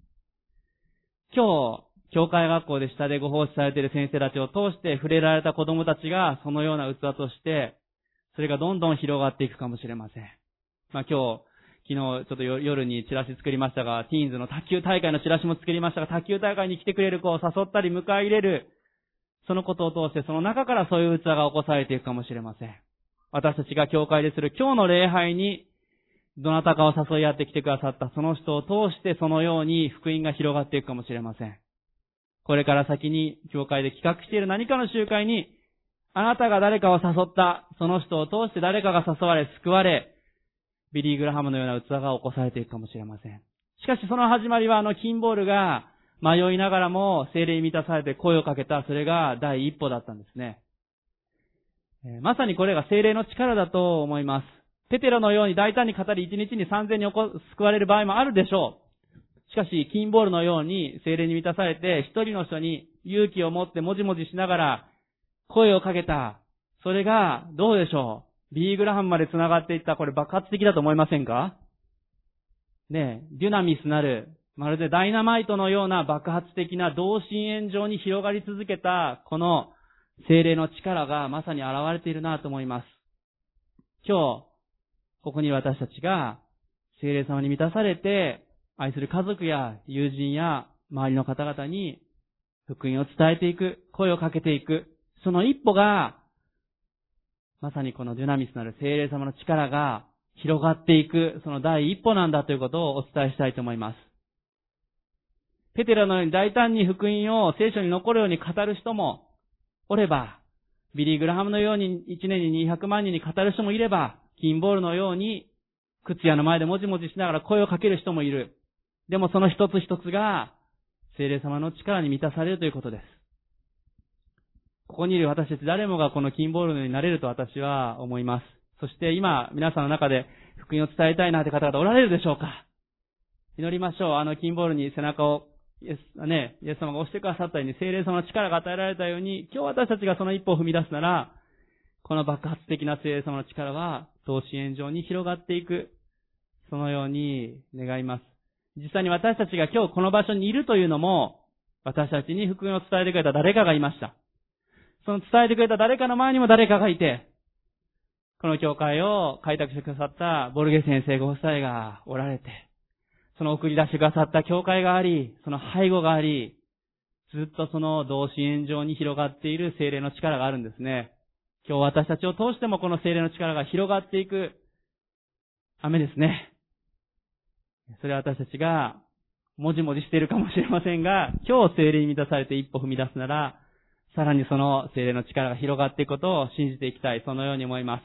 今日、教会学校で下でご奉仕されている先生たちを通して触れられた子供たちがそのような器として、それがどんどん広がっていくかもしれません。まあ今日、昨日ちょっと夜にチラシ作りましたが、ティーンズの卓球大会のチラシも作りましたが、卓球大会に来てくれる子を誘ったり迎え入れる、そのことを通してその中からそういう器が起こされていくかもしれません。私たちが教会でする今日の礼拝に、どなたかを誘いやってきてくださったその人を通してそのように福音が広がっていくかもしれません。これから先に教会で企画している何かの集会に、あなたが誰かを誘ったその人を通して誰かが誘われ救われ、ビリー・グラハムのような器が起こされていくかもしれません。しかしその始まりはあのキンボールが迷いながらも聖霊に満たされて声をかけた、それが第一歩だったんですね。えー、まさにこれが聖霊の力だと思います。ペテロのように大胆に語り一日に三千人救われる場合もあるでしょう。しかし、キンボールのように聖霊に満たされて、一人の人に勇気を持ってもじもじしながら声をかけた。それが、どうでしょう？ビーグラハムまで繋がっていった、これ爆発的だと思いませんか？ねえ、デュナミスなる、まるでダイナマイトのような爆発的な同心円状に広がり続けた、この聖霊の力がまさに現れているなと思います。今日、ここに私たちが聖霊様に満たされて、愛する家族や友人や周りの方々に福音を伝えていく、声をかけていく、その一歩が、まさにこのデュナミスなる聖霊様の力が広がっていく、その第一歩なんだということをお伝えしたいと思います。ペテロのように大胆に福音を聖書に残るように語る人もおれば、ビリー・グラハムのように一年ににひゃくまんにんに語る人もいれば、キンボールのように靴屋の前でもじもじしながら声をかける人もいる。でもその一つ一つが聖霊様の力に満たされるということです。ここにいる私たち誰もがこのキンボールのようになれると私は思います。そして今皆さんの中で福音を伝えたいなという方々おられるでしょうか？祈りましょう。あのキンボールに背中をイエス、ね、イエス様が押してくださったように聖霊様の力が与えられたように、今日私たちがその一歩を踏み出すなら、この爆発的な聖霊様の力は同心円状に広がっていく。そのように願います。実際に私たちが今日この場所にいるというのも、私たちに福音を伝えてくれた誰かがいました。その伝えてくれた誰かの前にも誰かがいて、この教会を開拓してくださったボルゲ先生ご夫妻がおられて、その送り出してくださった教会があり、その背後があり、ずっとその同心円状に広がっている聖霊の力があるんですね。今日私たちを通してもこの聖霊の力が広がっていく雨ですね。それは私たちがもじもじしているかもしれませんが、今日聖霊に満たされて一歩踏み出すなら、さらにその聖霊の力が広がっていくことを信じていきたい。そのように思います。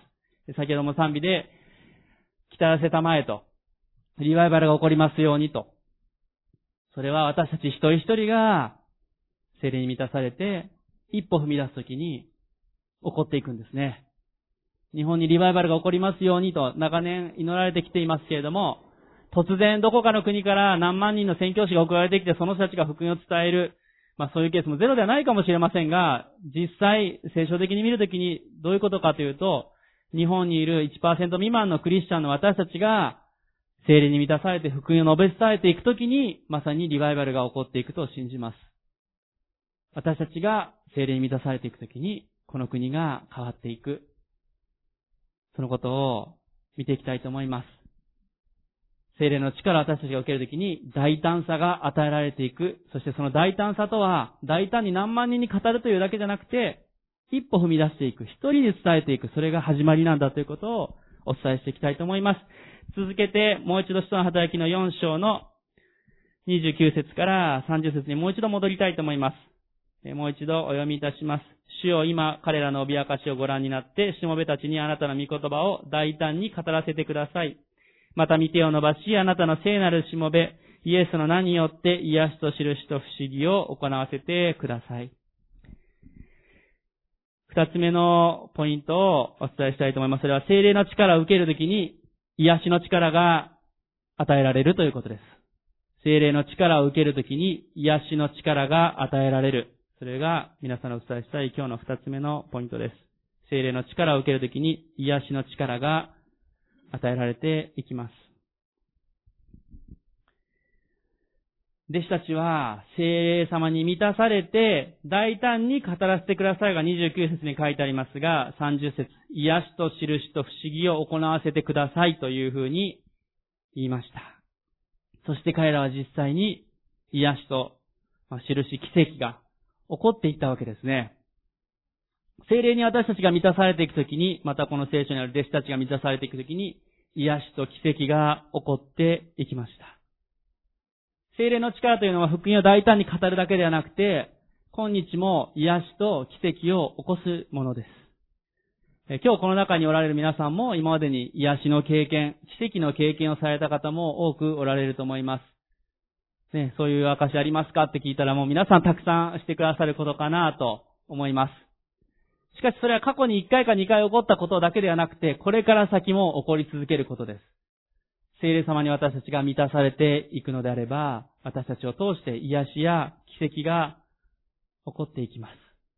先ほども賛美で、北寄せたまえと、リバイバルが起こりますようにと。それは私たち一人一人が聖霊に満たされて、一歩踏み出すときに起こっていくんですね。日本にリバイバルが起こりますようにと長年祈られてきていますけれども、突然どこかの国から何万人の宣教師が送られてきてその人たちが福音を伝える。まあそういうケースもゼロではないかもしれませんが、実際聖書的に見るときにどういうことかというと、日本にいる いちパーセント 未満のクリスチャンの私たちが聖霊に満たされて福音を述べ伝えていくときに、まさにリバイバルが起こっていくと信じます。私たちが聖霊に満たされていくときに、この国が変わっていく。そのことを見ていきたいと思います。聖霊の力を私たちが受けるときに大胆さが与えられていく。そしてその大胆さとは、大胆に何万人に語るというだけじゃなくて、一歩踏み出していく。一人に伝えていく。それが始まりなんだということをお伝えしていきたいと思います。続けて、もう一度使徒の働きのよん章のにじゅうきゅう節からさんじゅう節にもう一度戻りたいと思います。もう一度お読みいたします。主よ、今彼らの脅かしをご覧になって、しもべたちにあなたの御言葉を大胆に語らせてください。また御手を伸ばし、あなたの聖なるしもべ、 イエスの名によって癒しと印と不思議を行わせてください。二つ目のポイントをお伝えしたいと思います。それは聖霊の力を受けるときに癒しの力が与えられるということです。聖霊の力を受けるときに癒しの力が与えられる。それが皆さんにお伝えしたい今日の二つ目のポイントです。聖霊の力を受けるときに癒しの力が与えられていきます。弟子たちは聖霊様に満たされて大胆に語らせてくださいがにじゅうきゅう節に書いてありますが、さんじゅう節、癒しと印と不思議を行わせてくださいというふうに言いました。そして彼らは実際に癒しと印、奇跡が起こっていったわけですね。聖霊に私たちが満たされていくときに、またこの聖書にある弟子たちが満たされていくときに、癒しと奇跡が起こっていきました。聖霊の力というのは福音を大胆に語るだけではなくて、今日も癒しと奇跡を起こすものです。今日この中におられる皆さんも今までに癒しの経験、奇跡の経験をされた方も多くおられると思います。ね、そういう証ありますかって聞いたらもう皆さんたくさんしてくださることかなと思います。しかしそれは過去にいっかいかにかい起こったことだけではなくて、これから先も起こり続けることです。聖霊様に私たちが満たされていくのであれば、私たちを通して癒しや奇跡が起こっていきます。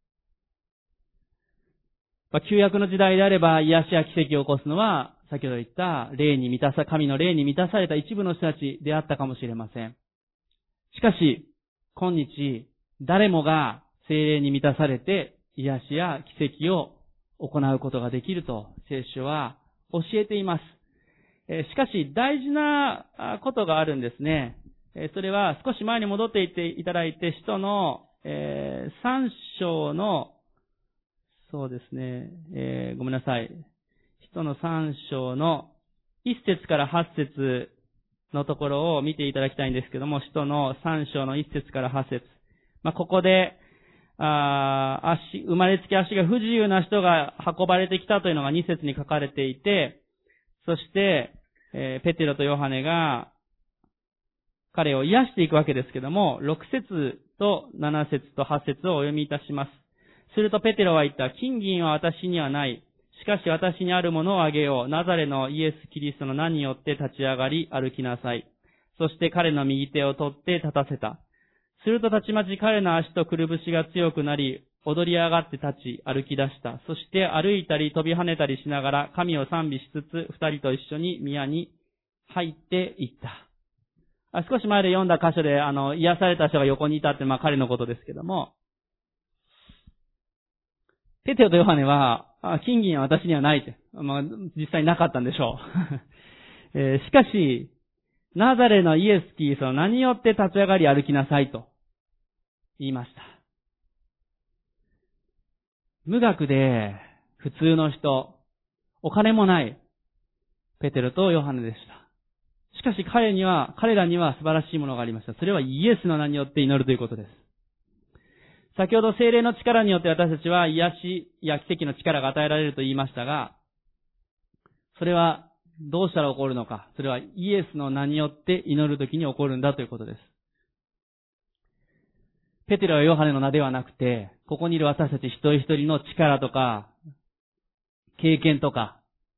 旧約の時代であれば癒しや奇跡を起こすのは、先ほど言った霊に満たさ、神の霊に満たされた一部の人たちであったかもしれません。しかし、今日、誰もが聖霊に満たされて癒しや奇跡を行うことができると聖書は教えています。しかし、大事なことがあるんですね。それは少し前に戻っていっていただいて、使徒のさん章の、そうですね、えー、ごめんなさい。使徒のさん章のいっ節からはち節のところを見ていただきたいんですけども、使徒のさん章のいっ節からはち節。まあ、ここで、あ足、生まれつき足が不自由な人が運ばれてきたというのがに節に書かれていて、そして、えー、ペテロとヨハネが彼を癒していくわけですけども、ろく節となな節とはち節をお読みいたします。するとペテロは言った。金銀は私にはない。しかし私にあるものをあげよう。ナザレのイエス・キリストの名によって立ち上がり歩きなさい。そして彼の右手を取って立たせた。するとたちまち彼の足とくるぶしが強くなり、踊り上がって立ち、歩き出した。そして歩いたり飛び跳ねたりしながら、神を賛美しつつ、二人と一緒に宮に入っていった。あ少し前で読んだ箇所で、あの、癒された人が横にいたって、まあ彼のことですけども、ペテロとヨハネは、あ金銀は私にはないって、まあ実際なかったんでしょう。えー、しかし、ナザレのイエス・キリストの名によって立ち上がり歩きなさいと言いました。無学で普通の人、お金もないペテロとヨハネでした。しかし彼には、彼らには素晴らしいものがありました。それはイエスの名によって祈るということです。先ほど聖霊の力によって私たちは癒しや奇跡の力が与えられると言いましたが、それはどうしたら起こるのか。それはイエスの名によって祈るときに起こるんだということです。ペテロやヨハネの名ではなくて、ここにいる私たち一人一人の力とか、経験とか、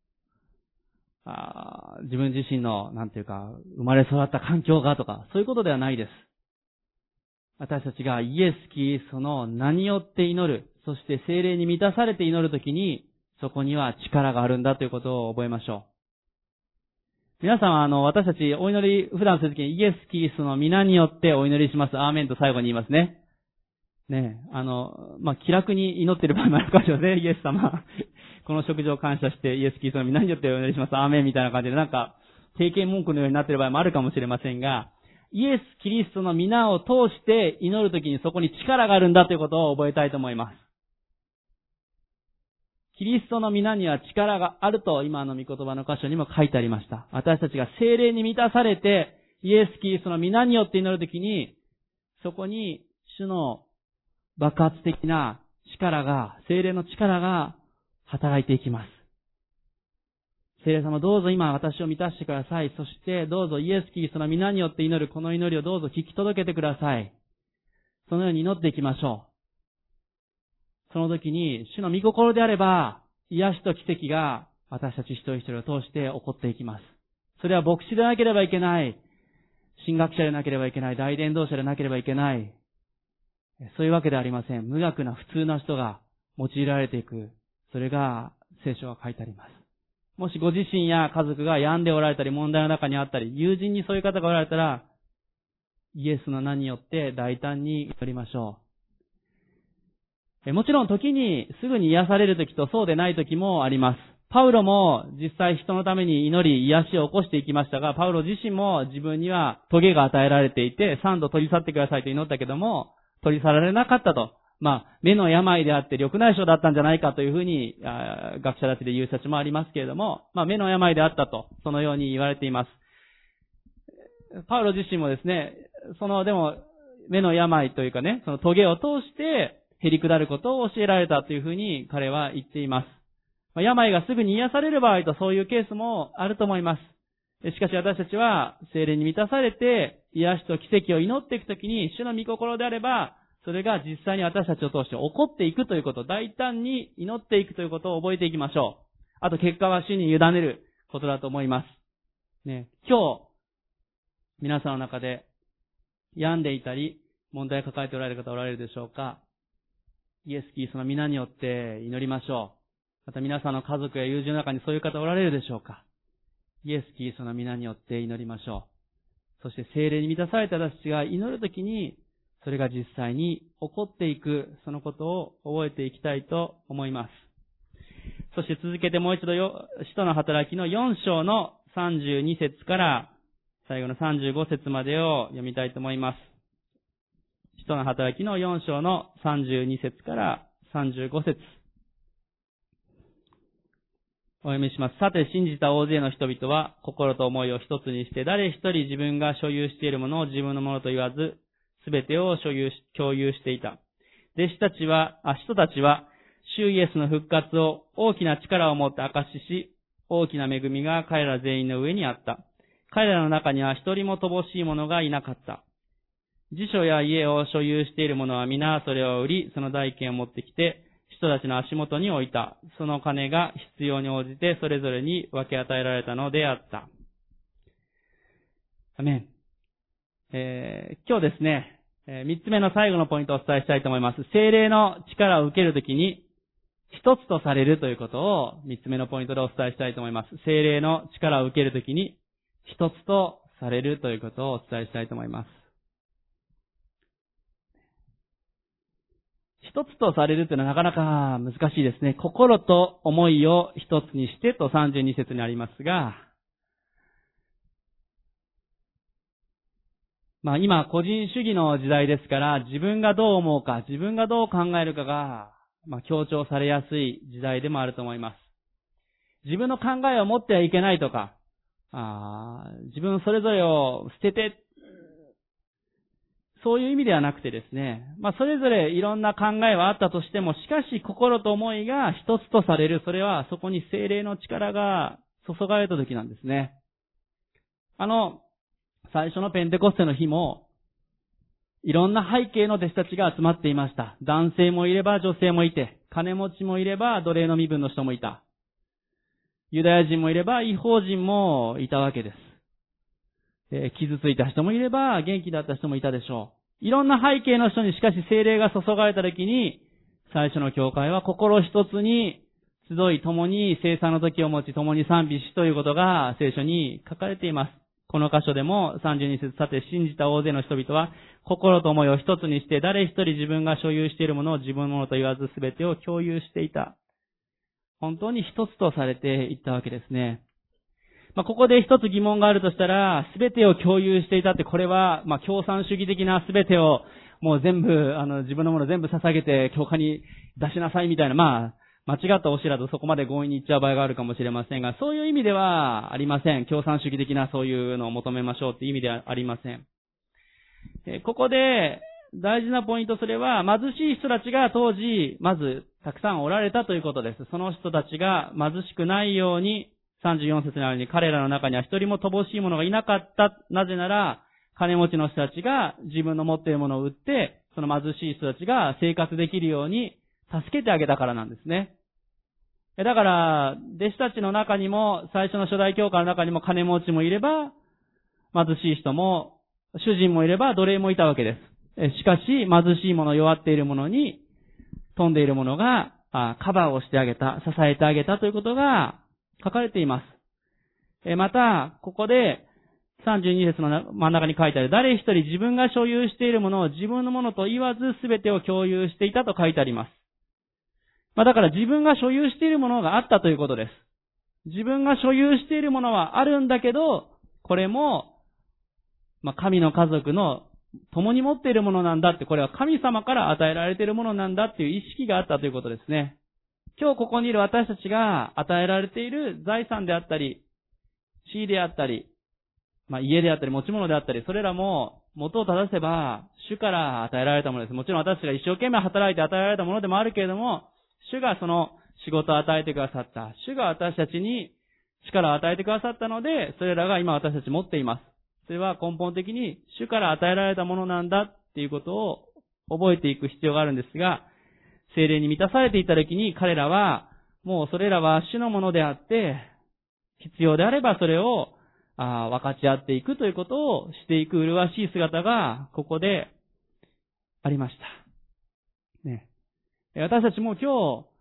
あ自分自身の、なんていうか、生まれ育った環境がとか、そういうことではないです。私たちがイエス・キリストの名によって祈る、そして聖霊に満たされて祈るときに、そこには力があるんだということを覚えましょう。皆さんは、あの、私たちお祈り、普段するときにイエス・キリストの皆によってお祈りします。アーメンと最後に言いますね。ねえ、あの、まあ、気楽に祈ってる場合もあるかもしれません。イエス様。この食事を感謝してイエス・キリストの皆によってお祈りします。アーメンみたいな感じで、なんか、経験文句のようになっている場合もあるかもしれませんが、イエス・キリストの皆を通して祈るときにそこに力があるんだということを覚えたいと思います。キリストの皆には力があると今の御言葉の箇所にも書いてありました。私たちが聖霊に満たされてイエス・キリストの皆によって祈るときに、そこに主の爆発的な力が、聖霊の力が働いていきます。 聖霊様どうぞ今私を満たしてください。そしてどうぞイエス・キリストの皆によって祈るこの祈りをどうぞ聞き届けてください。そのように祈っていきましょう。その時に主の御心であれば、癒しと奇跡が私たち一人一人を通して起こっていきます。それは牧師でなければいけない。神学者でなければいけない。大伝道者でなければいけない。そういうわけではありません。無学な普通な人が用いられていく。それが聖書が書いてあります。もしご自身や家族が病んでおられたり、問題の中にあったり、友人にそういう方がおられたら、イエスの名によって大胆に祈りましょう。もちろん時にすぐに癒される時とそうでない時もあります。パウロも実際人のために祈り癒しを起こしていきましたが、パウロ自身も自分には棘が与えられていて、三度取り去ってくださいと祈ったけども、取り去られなかったと。まあ、目の病であって緑内障だったんじゃないかというふうに、学者たちで言う人たちもありますけれども、まあ、目の病であったと、そのように言われています。パウロ自身もですね、その、でも、目の病というかね、その棘を通して、へり下ることを教えられたというふうに彼は言っています。まあ、病がすぐに癒される場合とそういうケースもあると思います。しかし私たちは聖霊に満たされて癒しと奇跡を祈っていくときに主の御心であれば、それが実際に私たちを通して起こっていくということを大胆に祈っていくということを覚えていきましょう。あと結果は主に委ねることだと思います。ね、今日、皆さんの中で病んでいたり問題を抱えておられる方おられるでしょうか。イエス・キリストの皆によって祈りましょう。また皆さんの家族や友人の中にそういう方おられるでしょうか。イエス・キリストの皆によって祈りましょう。そして聖霊に満たされた私たちが祈るときに、それが実際に起こっていく、そのことを覚えていきたいと思います。そして続けてもう一度よ、使徒の働きのよん章のさんじゅうに節から最後のさんじゅうご節までを読みたいと思います。使徒の働きのよん章のさんじゅうに節からさんじゅうご節。お読みします。さて信じた大勢の人々は心と思いを一つにして、誰一人自分が所有しているものを自分のものと言わず、すべてを所有し、共有していた。弟子たちは、あ、人たちは、主イエスの復活を大きな力を持って証しし、大きな恵みが彼ら全員の上にあった。彼らの中には一人も乏しい者がいなかった。辞書や家を所有している者は皆それを売り、その代金を持ってきて、人たちの足元に置いた。その金が必要に応じてそれぞれに分け与えられたのであった。アメン。えー、今日ですね、えー、三つ目の最後のポイントをお伝えしたいと思います。聖霊の力を受けるときに、一つとされるということを三つ目のポイントでお伝えしたいと思います。聖霊の力を受けるときに、一つとされるということをお伝えしたいと思います。一つとされるというのはなかなか難しいですね。心と思いを一つにしてとさんじゅうに節にありますが、まあ今個人主義の時代ですから自分がどう思うか、自分がどう考えるかが、まあ強調されやすい時代でもあると思います。自分の考えを持ってはいけないとか、あ自分それぞれを捨てて、そういう意味ではなくてですね、まあそれぞれいろんな考えはあったとしても、しかし心と思いが一つとされる、それはそこに聖霊の力が注がれた時なんですね。あの、最初のペンテコステの日も、いろんな背景の弟子たちが集まっていました。男性もいれば女性もいて、金持ちもいれば奴隷の身分の人もいた。ユダヤ人もいれば異邦人もいたわけです。えー、傷ついた人もいれば元気だった人もいたでしょう。いろんな背景の人にしかし聖霊が注がれた時に、最初の教会は心一つに集い共に聖餐の時を持ち共に賛美しということが聖書に書かれています。この箇所でもさんじゅうに節、さて信じた大勢の人々は心と思いを一つにして誰一人自分が所有しているものを自分のものと言わず全てを共有していた。本当に一つとされていったわけですね。まあ、ここで一つ疑問があるとしたら、すべてを共有していたって、これは、まあ、共産主義的なすべてを、もう全部、あの、自分のもの全部捧げて、教会に出しなさいみたいな、まあ、間違った教えだとそこまで強引に言っちゃう場合があるかもしれませんが、そういう意味ではありません。共産主義的なそういうのを求めましょうっていう意味ではありません。えここで、大事なポイント、それは、貧しい人たちが当時、まず、たくさんおられたということです。その人たちが貧しくないように、 さんじゅうよん節にあるように、彼らの中には一人も乏しい者がいなかった。なぜなら、金持ちの人たちが自分の持っているものを売って、その貧しい人たちが生活できるように助けてあげたからなんですね。だから、弟子たちの中にも、最初の初代教会の中にも金持ちもいれば、貧しい人も、主人もいれば奴隷もいたわけです。しかし、貧しい者、弱っている者に、富んでいる者がカバーをしてあげた、支えてあげたということが書かれています。また、ここで、さんじゅうに節の真ん中に書いてある、誰一人自分が所有しているものを自分のものと言わず全てを共有していたと書いてあります。まあだから自分が所有しているものがあったということです。自分が所有しているものはあるんだけど、これも、まあ神の家族の共に持っているものなんだって、これは神様から与えられているものなんだっていう意識があったということですね。今日ここにいる私たちが与えられている財産であったり、地であったり、まあ家であったり持ち物であったり、それらも元を正せば主から与えられたものです。もちろん私たちが一生懸命働いて与えられたものでもあるけれども、主がその仕事を与えてくださった。主が私たちに力を与えてくださったので、それらが今私たち持っています。それは根本的に主から与えられたものなんだっていうことを覚えていく必要があるんですが、聖霊に満たされていた時に彼らは、もうそれらは主のものであって、必要であればそれをあ分かち合っていくということをしていく麗しい姿がここでありました。ね。私たちも今日、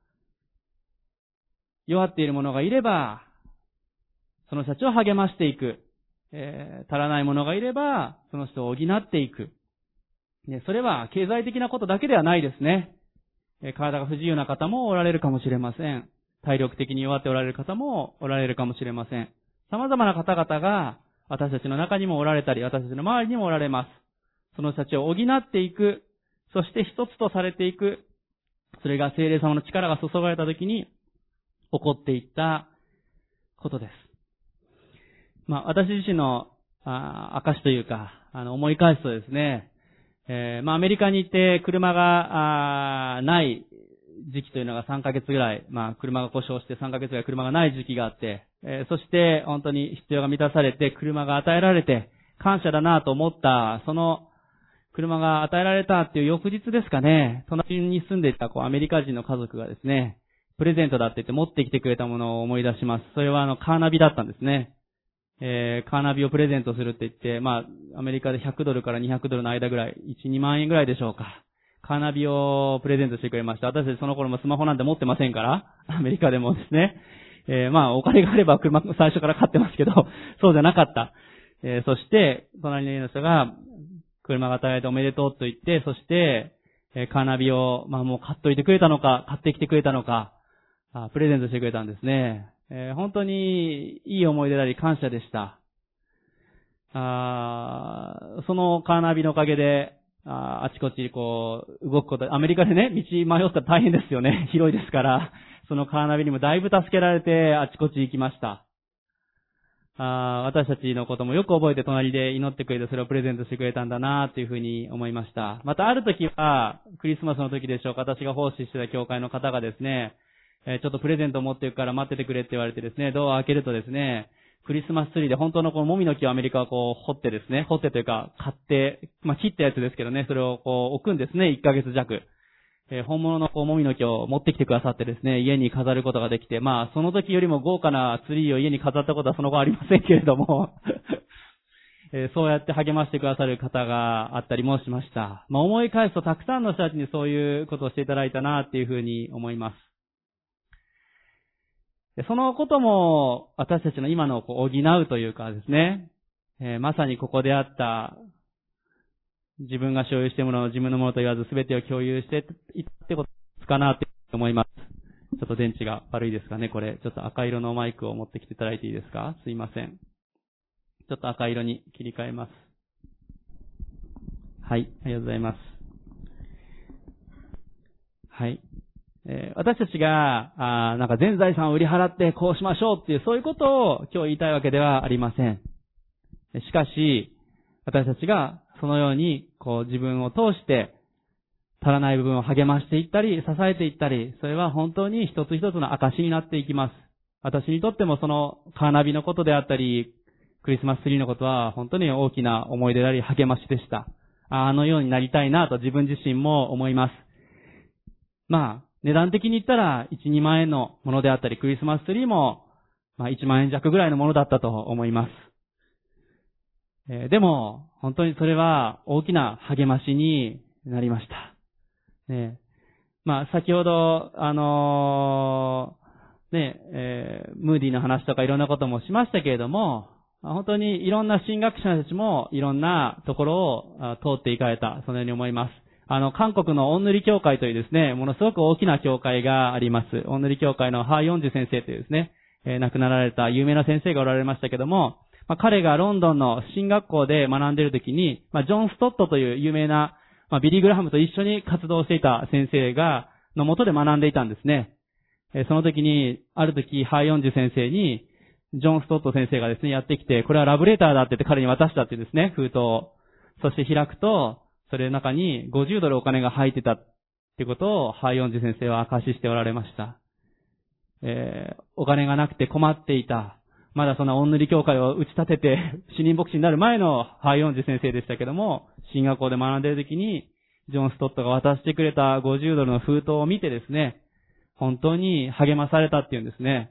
弱っている者がいれば、その人たちを励ましていく。えー、足らない者がいれば、その人を補っていく。ね、それは経済的なことだけではないですね。えー、体が不自由な方もおられるかもしれません。体力的に弱っておられる方もおられるかもしれません。様々な方々が私たちの中にもおられたり、私たちの周りにもおられます。その人たちを補っていく。そして一つとされていく。それが聖霊様の力が注がれたときに起こっていったことです。まあ、私自身のあ証というか、あの、思い返すとですね、えー、まあ、アメリカに行って車が、あない時期というのがさんかげつぐらい、まあ、車が故障してさんかげつぐらい車がない時期があって、えー、そして本当に必要が満たされて車が与えられて感謝だなと思った、その車が与えられたっていう翌日ですかね、隣に住んでいたこうアメリカ人の家族がですね、プレゼントだって言って持ってきてくれたものを思い出します。それはあの、カーナビだったんですね。えー、カーナビをプレゼントするって言って、まあ、アメリカでひゃくドルからにひゃくドルの間ぐらい、いち、にまんえんぐらいでしょうか。カーナビをプレゼントしてくれました。私たちその頃もスマホなんて持ってませんから、アメリカでもですね。えー、まあ、お金があれば車最初から買ってますけど、そうじゃなかった。えー、そして、隣の家の人が、車が与えられておめでとうと言って、そして、えー、カーナビを、まあもう買っといてくれたのか、買ってきてくれたのか、あプレゼントしてくれたんですね。えー、本当にいい思い出であり感謝でした。あそのカーナビのおかげで、ああちこちこう動くこと、アメリカでね、道迷ったら大変ですよね。広いですから、そのカーナビにもだいぶ助けられてあちこち行きました。あ私たちのこともよく覚えて隣で祈ってくれてそれをプレゼントしてくれたんだなというふうに思いました。またある時は、クリスマスの時でしょうか、私が奉仕してた教会の方がですね、えー、ちょっとプレゼントを持っていくから待っててくれって言われてですね、ドアを開けるとですね、クリスマスツリーで本当のこのもみの木をアメリカはこう掘ってですね、掘ってというか買って、まあ切ったやつですけどね、それをこう置くんですね、いっかげつ弱。えー、本物のこうもみの木を持ってきてくださってですね、家に飾ることができて、まあその時よりも豪華なツリーを家に飾ったことはその後ありませんけれども、えー、そうやって励ましてくださる方があったりもしました。まあ思い返すとたくさんの人たちにそういうことをしていただいたなっていうふうに思います。そのことも私たちの今のこう補うというかですね、えー、まさにここであった自分が所有しているものを自分のものと言わず全てを共有していってことですかなって思います。ちょっと電池が悪いですかね、これ。ちょっと赤色のマイクを持ってきていただいていいですか？すいません。ちょっと赤色に切り替えます。はい、ありがとうございます。はい。えー、私たちが、あなんか全財産を売り払ってこうしましょうっていう、そういうことを今日言いたいわけではありません。しかし、私たちがそのように、こう自分を通して、足らない部分を励ましていったり、支えていったり、それは本当に一つ一つの証になっていきます。 私にとってもそのカーナビのことであったり、クリスマスツリーのことは本当に大きな思い出であり励ましでした。あのようになりたいなと自分自身も思います。まあ、値段的に言ったらいち、にまん円のものであったり、クリスマスツリーもまあいちまん円弱ぐらいのものだったと思います。えー、でも、本当にそれは大きな励ましになりました。ね、まあ先ほど、あのー、ね、えー、ムーディの話とかいろんなこともしましたけれども、本当にいろんな神学者たちもいろんなところを通っていかれた、そのように思います。あの、韓国のオンヌリ教会というですね、ものすごく大きな教会があります。オンヌリ教会のハーヨンジュ先生というですね、えー、亡くなられた有名な先生がおられましたけども、まあ、彼がロンドンの神学校で学んでいるときに、まあ、ジョン・ストットという有名な、まあ、ビリー・グラハムと一緒に活動していた先生が、の下で学んでいたんですね。えー、その時に、ある時、ハーヨンジュ先生に、ジョン・ストット先生がですね、やってきて、これはラブレターだって言って彼に渡したっていうですね、封筒を。そして開くと、それの中にごじゅうドルお金が入ってたっていうことを、ハーヨンジュ先生は証ししておられました。えー、お金がなくて困っていた。まだそのオンヌリ教会を打ち立てて、死人牧師になる前のハーヨンジュ先生でしたけども、進学校で学んでいる時に、ジョン・ストットが渡してくれたごじゅうドルの封筒を見てですね、本当に励まされたっていうんですね。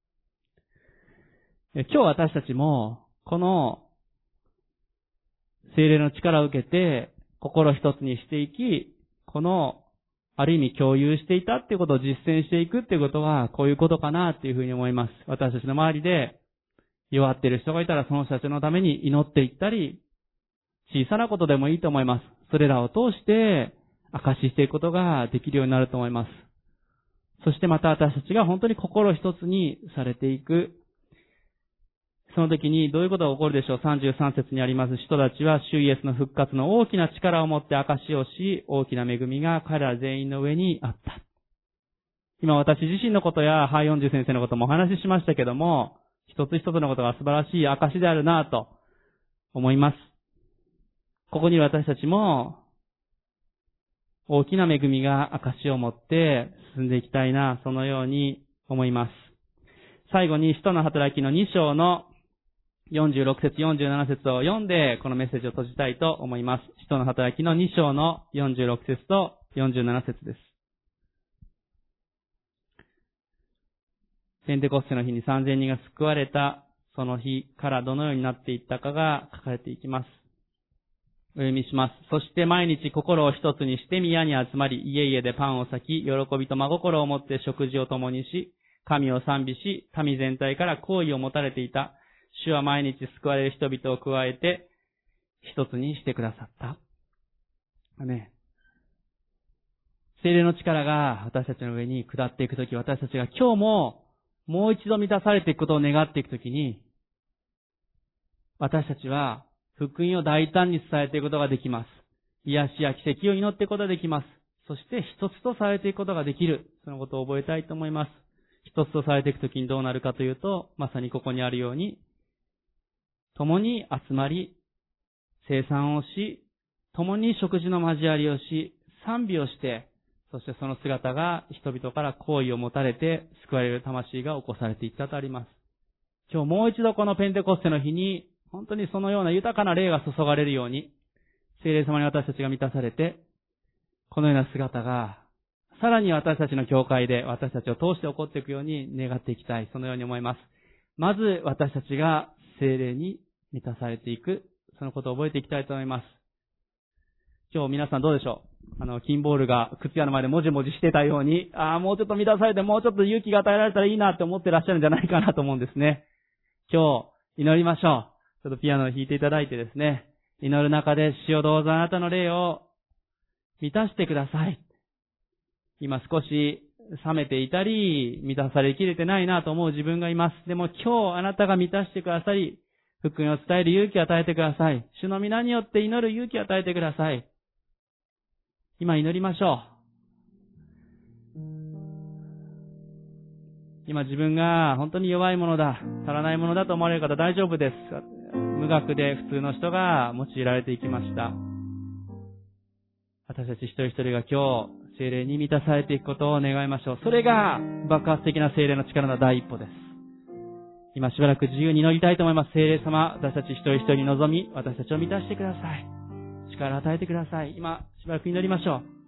今日私たちも、この、聖霊の力を受けて、心一つにしていき、この、ある意味共有していたっていうことを実践していくっていうことは、こういうことかなっていうふうに思います。私たちの周りで、弱っている人がいたら、その人たちのために祈っていったり、小さなことでもいいと思います。それらを通して、証ししていくことができるようになると思います。そしてまた私たちが本当に心一つにされていく。その時にどういうことが起こるでしょう。さんじゅうさん節にあります。人たちは主イエスの復活の大きな力を持って証しをし、大きな恵みが彼ら全員の上にあった。今私自身のことやハーヨンジュ先生のこともお話ししましたけども、一つ一つのことが素晴らしい証であるなと思います。ここに私たちも大きな恵みが証を持って進んでいきたいな、そのように思います。最後に使徒の働きのに章のよんじゅうろく節、よんじゅうなな節を読んで、このメッセージを閉じたいと思います。使徒の働きのに章のよんじゅうろく節とよんじゅうなな節です。ペンテコステの日にさんぜんにんが救われた、その日からどのようになっていったかが書かれていきます。お読みします。そして毎日心を一つにして宮に集まり、家々でパンを裂き、喜びと真心を持って食事を共にし、神を賛美し、民全体から好意を持たれていた。主は毎日救われる人々を加えて、一つにしてくださった。アメン。聖霊の力が私たちの上に下っていくとき、私たちが今日ももう一度満たされていくことを願っていくときに、私たちは福音を大胆に伝えていくことができます。癒しや奇跡を祈っていくことができます。そして一つとされていくことができる。そのことを覚えたいと思います。一つとされていくときにどうなるかというと、まさにここにあるように、共に集まり、生産をし、共に食事の交わりをし、賛美をして、そしてその姿が人々から好意を持たれて救われる魂が起こされていったとあります。今日もう一度このペンテコステの日に、本当にそのような豊かな霊が注がれるように、聖霊様に私たちが満たされて、このような姿が、さらに私たちの教会で私たちを通して起こっていくように願っていきたい。そのように思います。まず私たちが聖霊に満たされていく、そのことを覚えていきたいと思います。今日皆さんどうでしょう。あの、キンボールが靴屋の前でもじもじしてたように、ああ、もうちょっと満たされて、もうちょっと勇気が与えられたらいいなって思ってらっしゃるんじゃないかなと思うんですね。今日、祈りましょう。ちょっとピアノを弾いていただいてですね、祈る中で、主よどうぞあなたの霊を満たしてください。今少し冷めていたり、満たされきれてないなと思う自分がいます。でも今日あなたが満たしてくださり、福音を伝える勇気を与えてください。主の皆によって祈る勇気を与えてください。今祈りましょう。今自分が本当に弱いものだ、足らないものだと思われる方大丈夫です。無学で普通の人が用いられていきました。私たち一人一人が今日、聖霊に満たされていくことを願いましょう。それが爆発的な聖霊の力の第一歩です。 今しばらく自由に祈りたいと思います。聖霊様、私たち一人一人に臨み、私たちを満たしてください。力を与えてください。今しばらく祈りましょう。